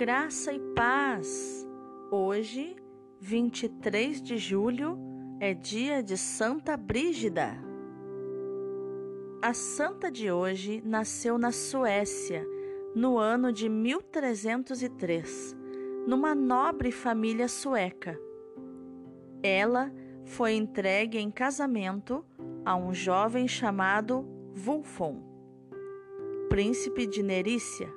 Graça e paz! Hoje, 23 de julho, é dia de Santa Brígida. A santa de hoje nasceu na Suécia, no ano de 1303, numa nobre família sueca. Ela foi entregue em casamento a um jovem chamado Wulfon, príncipe de Nerícia.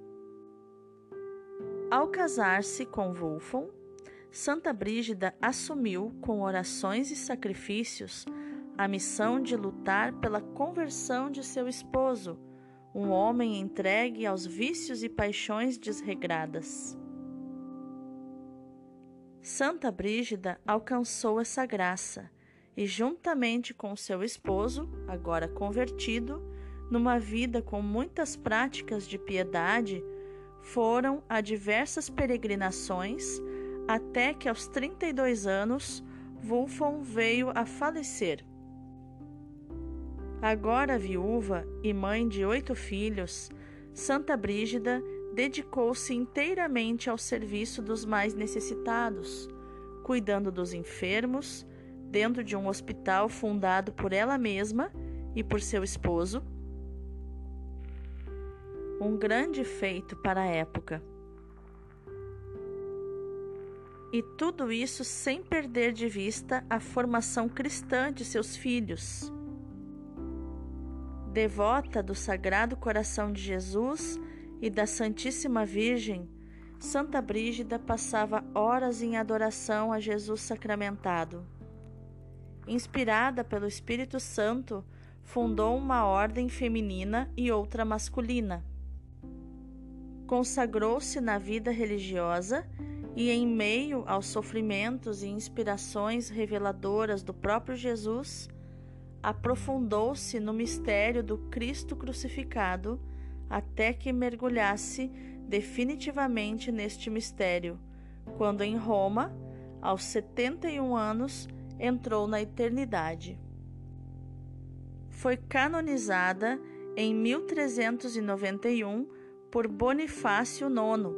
Ao casar-se com Wulfon, Santa Brígida assumiu, com orações e sacrifícios, a missão de lutar pela conversão de seu esposo, um homem entregue aos vícios e paixões desregradas. Santa Brígida alcançou essa graça e, juntamente com seu esposo, agora convertido, numa vida com muitas práticas de piedade, foram a diversas peregrinações até que aos 32 anos Wulfon veio a falecer. Agora viúva e mãe de 8 filhos, Santa Brígida dedicou-se inteiramente ao serviço dos mais necessitados, cuidando dos enfermos, dentro de um hospital fundado por ela mesma e por seu esposo, um grande feito para a época. E tudo isso sem perder de vista a formação cristã de seus filhos. Devota do Sagrado Coração de Jesus e da Santíssima Virgem, Santa Brígida passava horas em adoração a Jesus sacramentado. Inspirada pelo Espírito Santo, fundou uma ordem feminina e outra masculina. Consagrou-se na vida religiosa e, em meio aos sofrimentos e inspirações reveladoras do próprio Jesus, aprofundou-se no mistério do Cristo crucificado até que mergulhasse definitivamente neste mistério, quando em Roma, aos 71 anos, entrou na eternidade. Foi canonizada em 1391 por Bonifácio IX.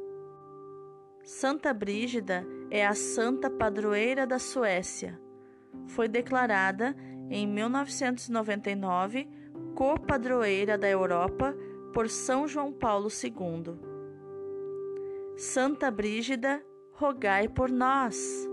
Santa Brígida é a santa padroeira da Suécia. Foi declarada em 1999 co-padroeira da Europa por São João Paulo II. Santa Brígida, rogai por nós.